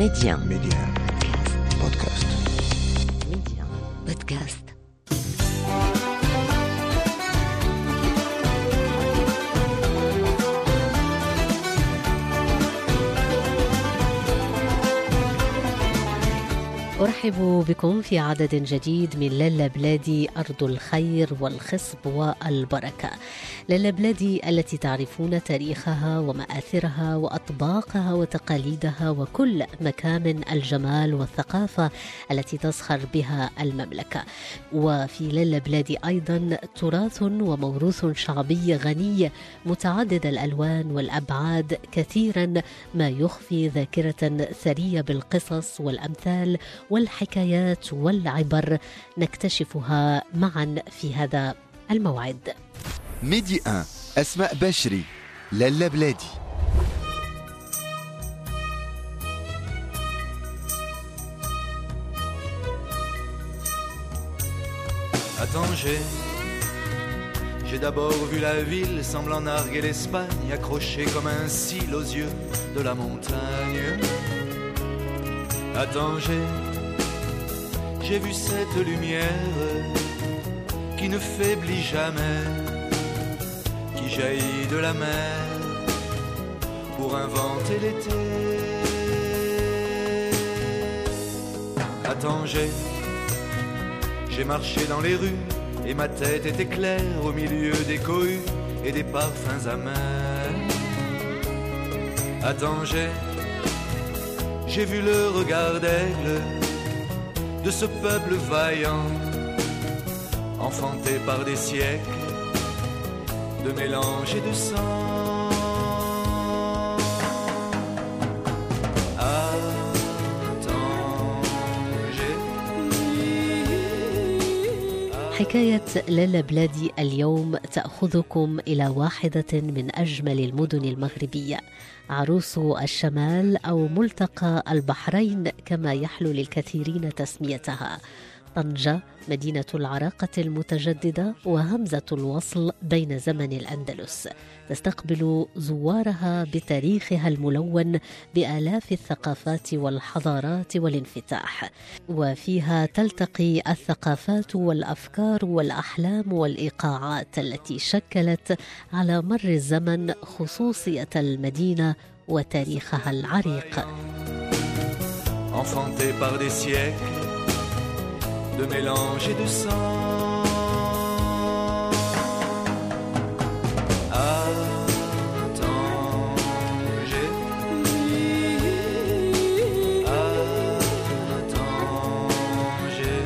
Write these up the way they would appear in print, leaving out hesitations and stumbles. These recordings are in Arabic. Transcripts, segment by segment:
Média Podcast. Média Podcast. أرحب بكم في عدد جديد من لالا بلادي أرض الخير والخصب والبركة. لالا بلادي التي تعرفون تاريخها ومآثرها وأطباقها وتقاليدها وكل مكامن الجمال والثقافة التي تزخر بها المملكة. وفي لالا بلادي أيضا تراث وموروث شعبي غني متعدد الألوان والأبعاد، كثيرا ما يخفي ذاكرة ثرية بالقصص والأمثال والحكايات والعبر نكتشفها معا في هذا الموعد. ميدي 1 أسماء بشري لالا بلادي. À Tanger, j'ai d'abord vu la ville semblant narguer l'Espagne, accrochée comme un cil aux yeux de la montagne. À Tanger, j'ai vu cette lumière qui ne faiblit jamais, qui jaillit de la mer pour inventer l'été. À Tanger, j'ai marché dans les rues et ma tête était claire au milieu des cohues et des parfums amers. À Tanger, j'ai vu le regard d'aigle de ce peuple vaillant, enfanté par des siècles de mélange et de sang. À Tanger. حكاية لالا بلادي اليوم تأخذكم إلى واحدة من أجمل المدن المغربية، عروس الشمال أو ملتقى البحرين كما يحلو للكثيرين تسميتها. طنجة مدينة العراقة المتجددة وهمزة الوصل بين زمن الأندلس، تستقبل زوارها بتاريخها الملون بآلاف الثقافات والحضارات والانفتاح، وفيها تلتقي الثقافات والأفكار والأحلام والإيقاعات التي شكلت على مر الزمن خصوصية المدينة وتاريخها العريق. Enfanté par des siècles de mélange et de sang. À Tanger. À Tanger.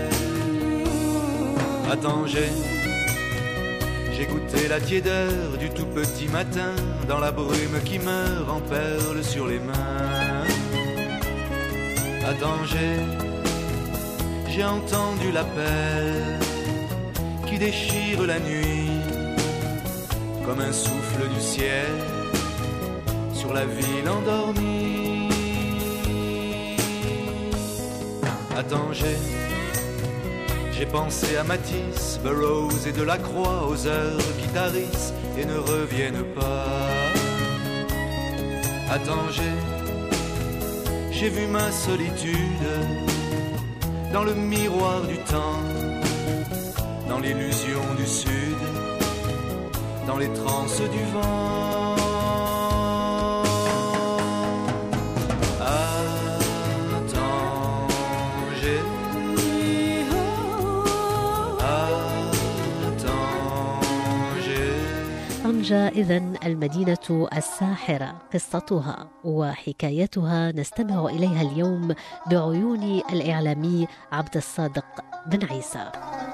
À Tanger, j'ai goûté la tiédeur du tout petit matin dans la brume qui meurt en perles sur les mains. À Tanger, j'ai entendu l'appel qui déchire la nuit comme un souffle du ciel sur la ville endormie. À Tanger, j'ai pensé à Matisse, Burroughs et Delacroix, aux heures qui tarissent et ne reviennent pas. À Tanger, j'ai vu ma solitude dans le miroir du temps, dans l'illusion du sud, dans les transes du vent. À Tanger. À Tanger. طنجة إذن المدينة الساحرة، قصتها وحكايتها نستمع إليها اليوم بعيون الإعلامي عبد الصادق بن عيسى.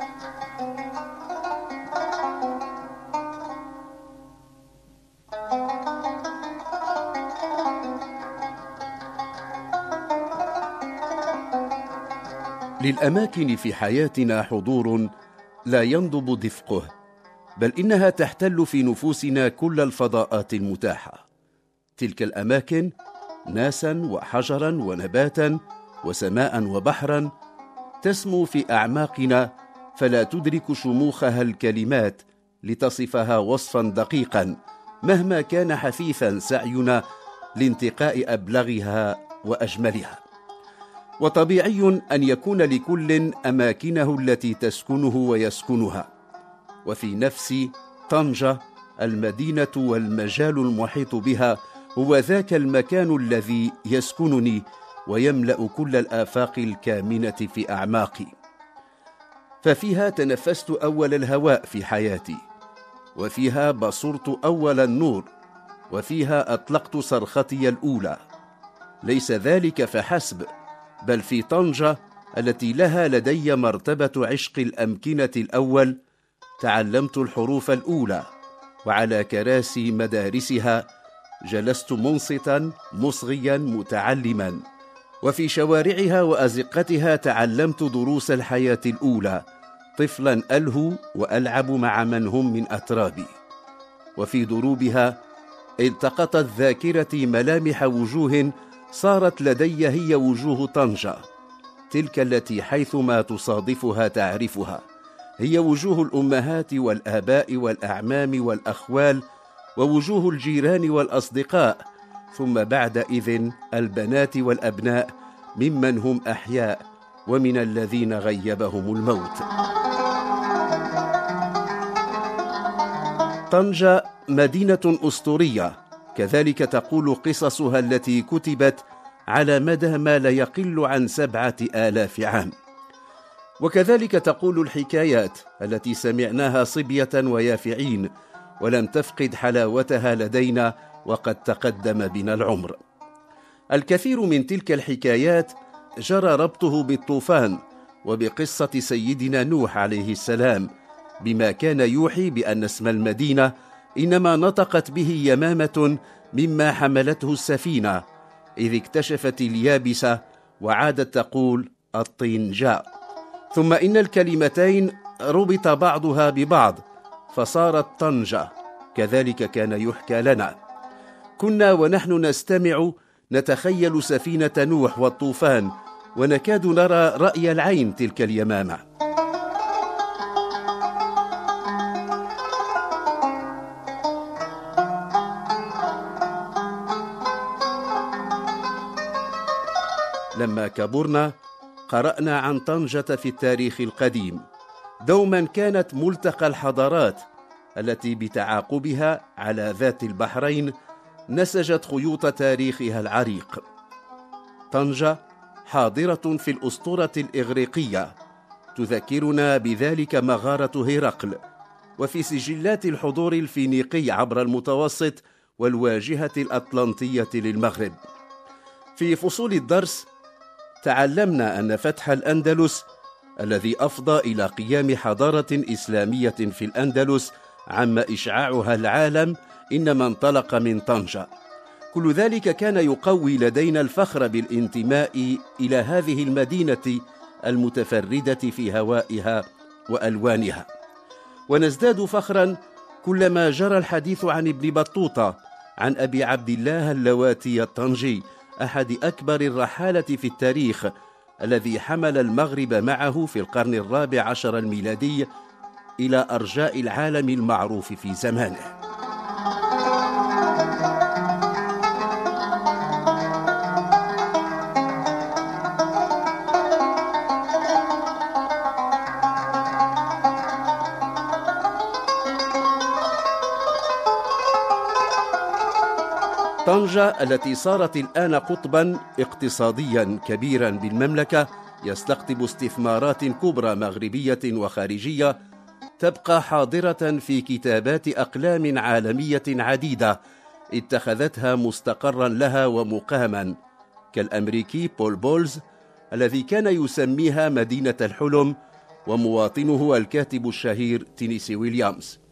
للأماكن في حياتنا حضور لا ينضب دفقه، بل إنها تحتل في نفوسنا كل الفضاءات المتاحة. تلك الأماكن ناسا وحجرا ونباتا وسماء وبحرا تسمو في أعماقنا، فلا تدرك شموخها الكلمات لتصفها وصفا دقيقا، مهما كان حثيثا سعينا لانتقاء أبلغها وأجملها. وطبيعي أن يكون لكل أماكنه التي تسكنه ويسكنها، وفي نفس طنجة المدينة والمجال المحيط بها هو ذاك المكان الذي يسكنني ويملأ كل الآفاق الكامنة في أعماقي. ففيها تنفست أول الهواء في حياتي، وفيها بصرت أول النور، وفيها أطلقت صرختي الأولى. ليس ذلك فحسب، بل في طنجة التي لها لدي مرتبة عشق الأمكنة الأول تعلمت الحروف الأولى، وعلى كراسي مدارسها جلست منصتا مصغيا متعلما، وفي شوارعها وأزقتها تعلمت دروس الحياة الأولى طفلا ألهو وألعب مع من هم من أترابي. وفي دروبها التقطت ذاكرتي ملامح وجوه صارت لدي هي وجوه طنجة، تلك التي حيثما تصادفها تعرفها، هي وجوه الأمهات والآباء والأعمام والأخوال، ووجوه الجيران والأصدقاء، ثم بعدئذ البنات والأبناء ممن هم أحياء ومن الذين غيبهم الموت. طنجة مدينة أسطورية، كذلك تقول قصصها التي كتبت على مدى ما لا يقل عن 7,000 عام، وكذلك تقول الحكايات التي سمعناها صبية ويافعين ولم تفقد حلاوتها لدينا وقد تقدم بنا العمر. الكثير من تلك الحكايات جرى ربطه بالطوفان وبقصة سيدنا نوح عليه السلام، بما كان يوحي بأن اسم المدينة إنما نطقت به يمامة مما حملته السفينة، إذ اكتشفت اليابسة وعادت تقول الطين جاء، ثم إن الكلمتين ربط بعضها ببعض فصارت طنجة. كذلك كان يحكى لنا، كنا ونحن نستمع نتخيل سفينة نوح والطوفان ونكاد نرى رأي العين تلك اليمامة. لما كبرنا قرأنا عن طنجة في التاريخ القديم، دوما كانت ملتقى الحضارات التي بتعاقبها على ذات البحرين نسجت خيوط تاريخها العريق. طنجة حاضرة في الأسطورة الإغريقية، تذكرنا بذلك مغارة هرقل، وفي سجلات الحضور الفينيقي عبر المتوسط والواجهة الأطلنطية للمغرب. في فصول الدرس تعلمنا أن فتح الأندلس الذي أفضى إلى قيام حضارة إسلامية في الأندلس عم إشعاعها العالم إنما انطلق من طنجة. كل ذلك كان يقوي لدينا الفخر بالانتماء إلى هذه المدينة المتفردة في هوائها وألوانها، ونزداد فخرا كلما جرى الحديث عن ابن بطوطة، عن أبي عبد الله اللواتي الطنجي، أحد أكبر الرحالة في التاريخ، الذي حمل المغرب معه في القرن 14 الميلادي إلى أرجاء العالم المعروف في زمانه. طنجة التي صارت الآن قطباً اقتصادياً كبيراً بالمملكة، يستقطب استثمارات كبرى مغربية وخارجية، تبقى حاضرة في كتابات أقلام عالمية عديدة اتخذتها مستقراً لها ومقاماً، كالأمريكي بول بولز الذي كان يسميها مدينة الحلم، ومواطنه الكاتب الشهير تينيسي ويليامز.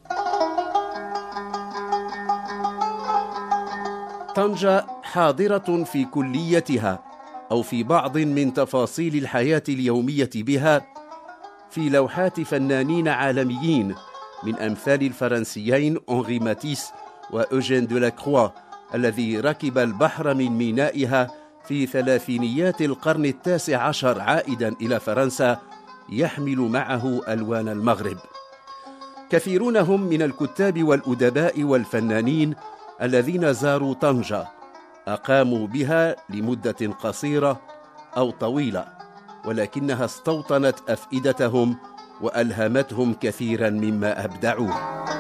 طنجة حاضرة في كليتها أو في بعض من تفاصيل الحياة اليومية بها في لوحات فنانين عالميين من أمثال الفرنسيين أنري ماتيس وأوجين دولاكروا، الذي ركب البحر من مينائها في ثلاثينيات القرن 19 عائدا إلى فرنسا يحمل معه ألوان المغرب. كثيرون هم من الكتاب والأدباء والفنانين الذين زاروا طنجة، أقاموا بها لمدة قصيرة أو طويلة، ولكنها استوطنت أفئدتهم وألهمتهم كثيرا مما أبدعوه.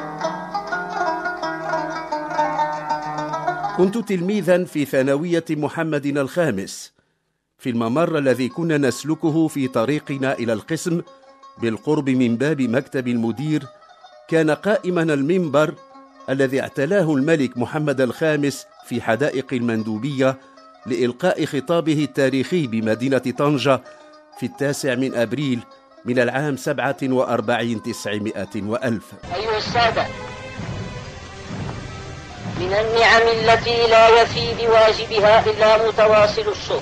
كنت تلميذا في ثانوية محمد الخامس. في الممر الذي كنا نسلكه في طريقنا إلى القسم بالقرب من باب مكتب المدير، كان قائما المنبر الذي اعتلاه الملك محمد الخامس في حدائق المندوبية لإلقاء خطابه التاريخي بمدينة طنجة في 9 أبريل من العام 47 900 وألف. أيها السادة، من النعم التي لا يفي بواجبها إلا متواصل الشكر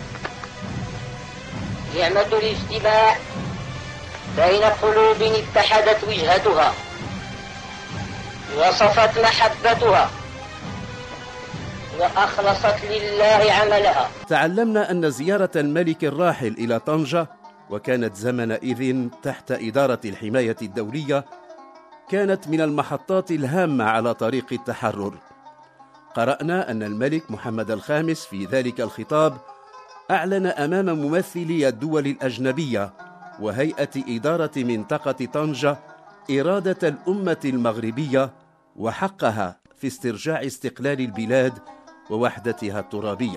نعمة الاجتماع بين قلوب اتحدت وجهتها وصفت محبتها وأخلصت لله عملها. تعلمنا أن زيارة الملك الراحل إلى طنجة، وكانت زمنئذ تحت إدارة الحماية الدولية، كانت من المحطات الهامة على طريق التحرر. قرأنا أن الملك محمد الخامس في ذلك الخطاب أعلن أمام ممثلي الدول الأجنبية وهيئة إدارة منطقة طنجة إرادة الأمة المغربية وحقها في استرجاع استقلال البلاد ووحدتها الترابية.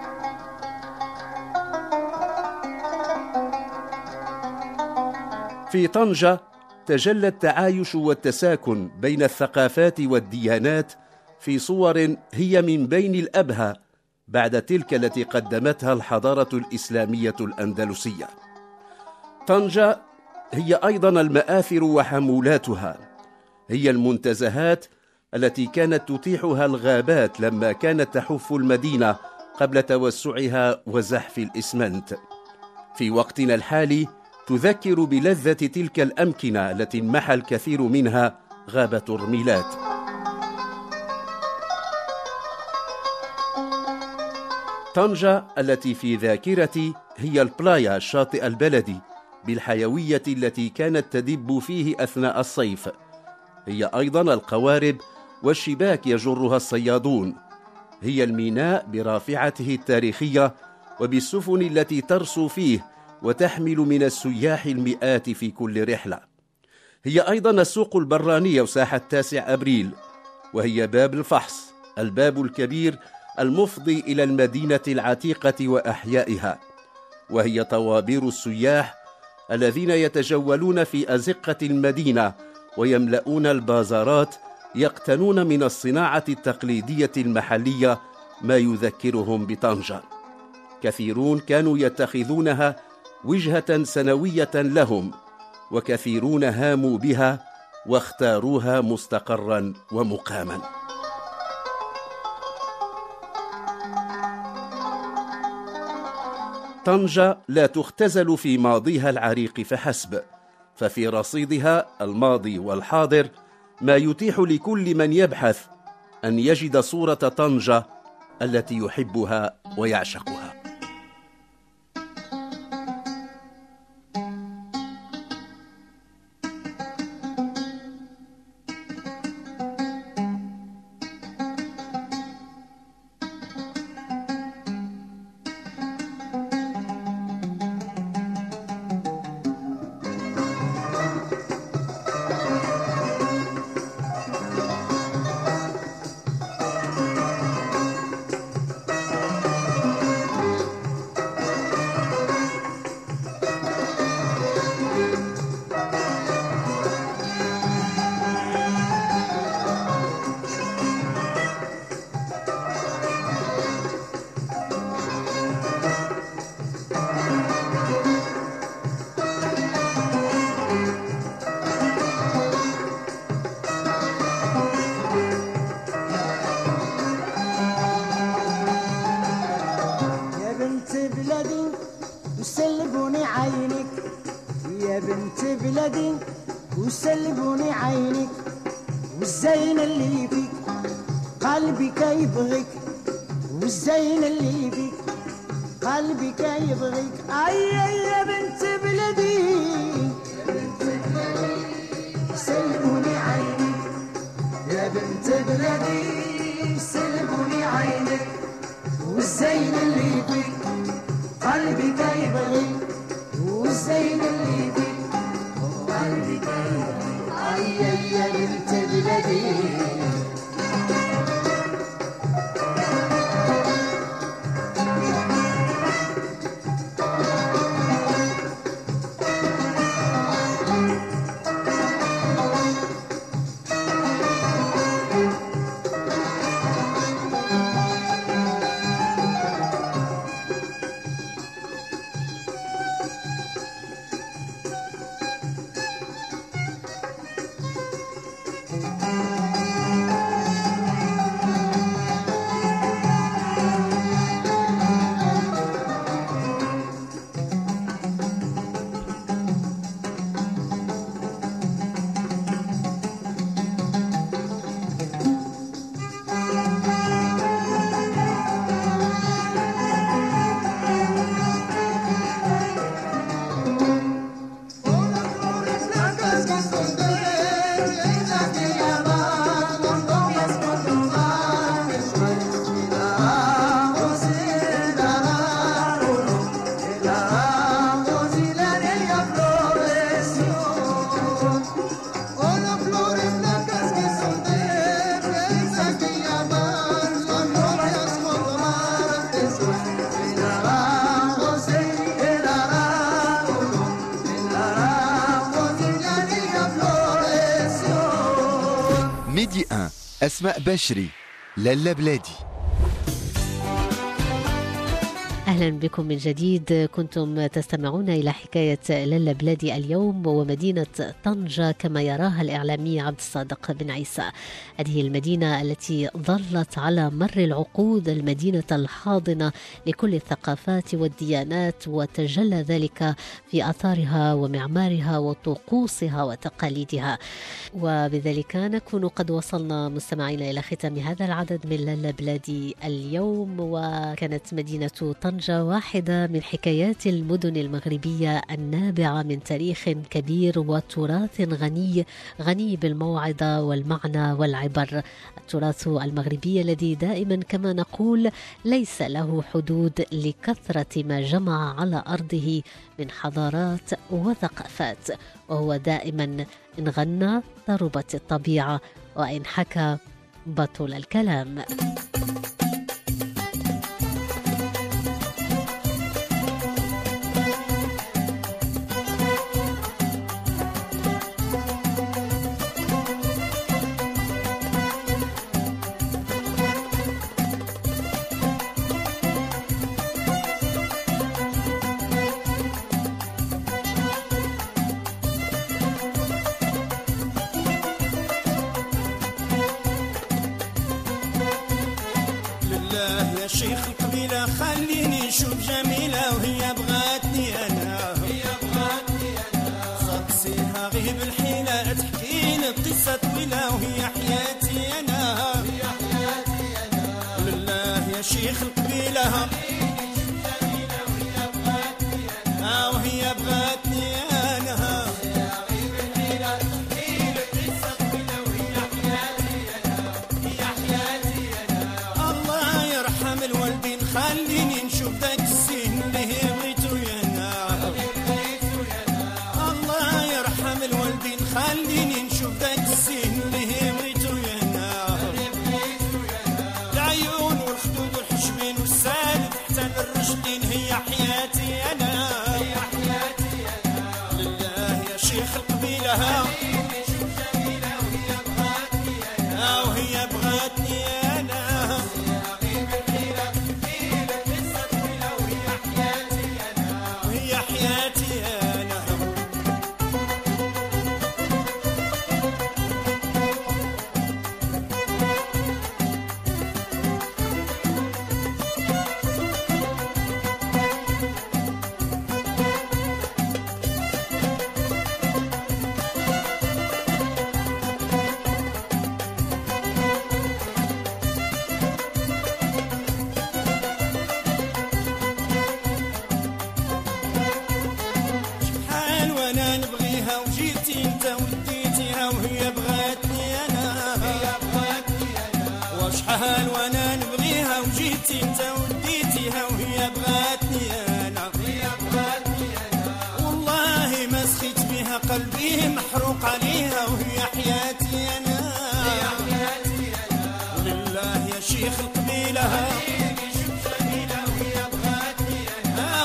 في طنجة تجلى التعايش والتساكن بين الثقافات والديانات في صور هي من بين الأبهى بعد تلك التي قدمتها الحضارة الإسلامية الأندلسية. طنجة هي أيضا المآثر وحمولاتها، هي المنتزهات التي كانت تتيحها الغابات لما كانت تحف المدينة قبل توسعها وزحف الإسمنت. في وقتنا الحالي تذكر بلذة تلك الأمكنة التي انمحى الكثير منها غابة الرميلات. طنجة التي في ذاكرتي هي البلايا، الشاطئ البلدي بالحيوية التي كانت تدب فيه أثناء الصيف، هي أيضا القوارب والشباك يجرها الصيادون، هي الميناء برافعته التاريخية وبالسفن التي ترسو فيه وتحمل من السياح المئات في كل رحلة، هي أيضا السوق البرانية وساحة 9 أبريل، وهي باب الفحص، الباب الكبير المفضي إلى المدينة العتيقة وأحيائها، وهي طوابير السياح الذين يتجولون في أزقة المدينة ويملؤون البازارات يقتنون من الصناعة التقليدية المحلية ما يذكرهم بطنجة. كثيرون كانوا يتخذونها وجهة سنوية لهم، وكثيرون هاموا بها واختاروها مستقرا ومقاما. طنجة لا تختزل في ماضيها العريق فحسب، ففي رصيدها الماضي والحاضر ما يتيح لكل من يبحث أن يجد صورة طنجة التي يحبها ويعشقها. وسلبوني عينك يا بنت بلدي، وسلبوني عينك والزين اللي فيك قلبي كيبغيك، والزين اللي فيك قلبي كيبغيك. اي يا بنت بلدي يا بنت بلدي، سلبوني عينك يا بنت بلدي، سلبوني عينك والزين اللي فيك قلبي كيبغي والزين اللي فيك قلبي كيبغي أي يا بنت بلدي ميدي 1 أسماء بشري لالا بلادي. أهلا بكم من جديد. كنتم تستمعون إلى حكاية لالا بلادي اليوم ومدينة طنجة كما يراها الإعلامي عبد الصادق بن عيسى. هذه المدينة التي ظلت على مر العقود المدينة الحاضنة لكل الثقافات والديانات، وتجلى ذلك في آثارها ومعمارها وطقوسها وتقاليدها. وبذلك نكون قد وصلنا مستمعين إلى ختام هذا العدد من لالا بلادي اليوم. وكانت مدينة طنجة واحدة من حكايات المدن المغربية النابعة من تاريخ كبير وتراث غني بالموعظة والمعنى والعبر. التراث المغربي الذي دائما كما نقول ليس له حدود لكثرة ما جمع على أرضه من حضارات وثقافات، وهو دائما إن غنى ضربت الطبيعة وإن حكى بطل الكلام. شيخ القبيلة خليني نشوف جميلة وهي بغاتني أنا صدسيها غيب الحيلة تحكي لي قصة طويلة وهي حياتي أنا لله يا شيخ القبيلة وهي بغاتني أنا الوالدين خليني نشوف ذاك السين اللي بغيتو يانا الله يرحم الوالدين خليني نشوف ذاك السين اللي بغيتو يانا العيون والخدود والحشمين والسالب حتى للرشدين هي حياتي انا لله يا شيخ القبيلة وهي بغاتني انا حياتي أنا انت وديتيها وهي بغاتني انا وشحال وانا نبغيها وجيتي انت وديتي محروق عليها وهي حياتي أنا ولله يا شيخ القبيلة وهي بغاتني أنا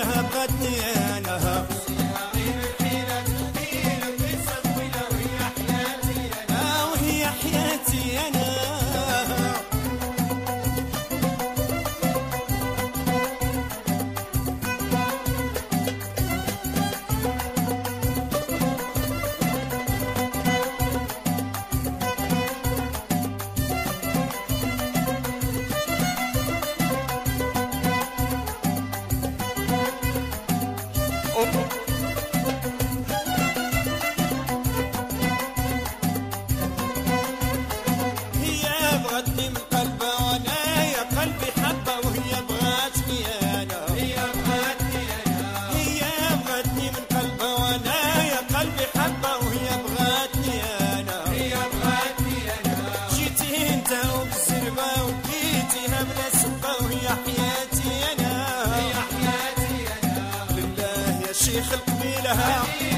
وهي حياتي أنا هي بغتني من قلبها وانا يا قلبي حبة وهي بغاتني انا هي بغتني من قلبها وانا يا قلبي حبة وهي بغاتني انا جيتي انت وبالزربة وديتيها بلا سبة وهي حياتي انا لله يا شيخ القبيلة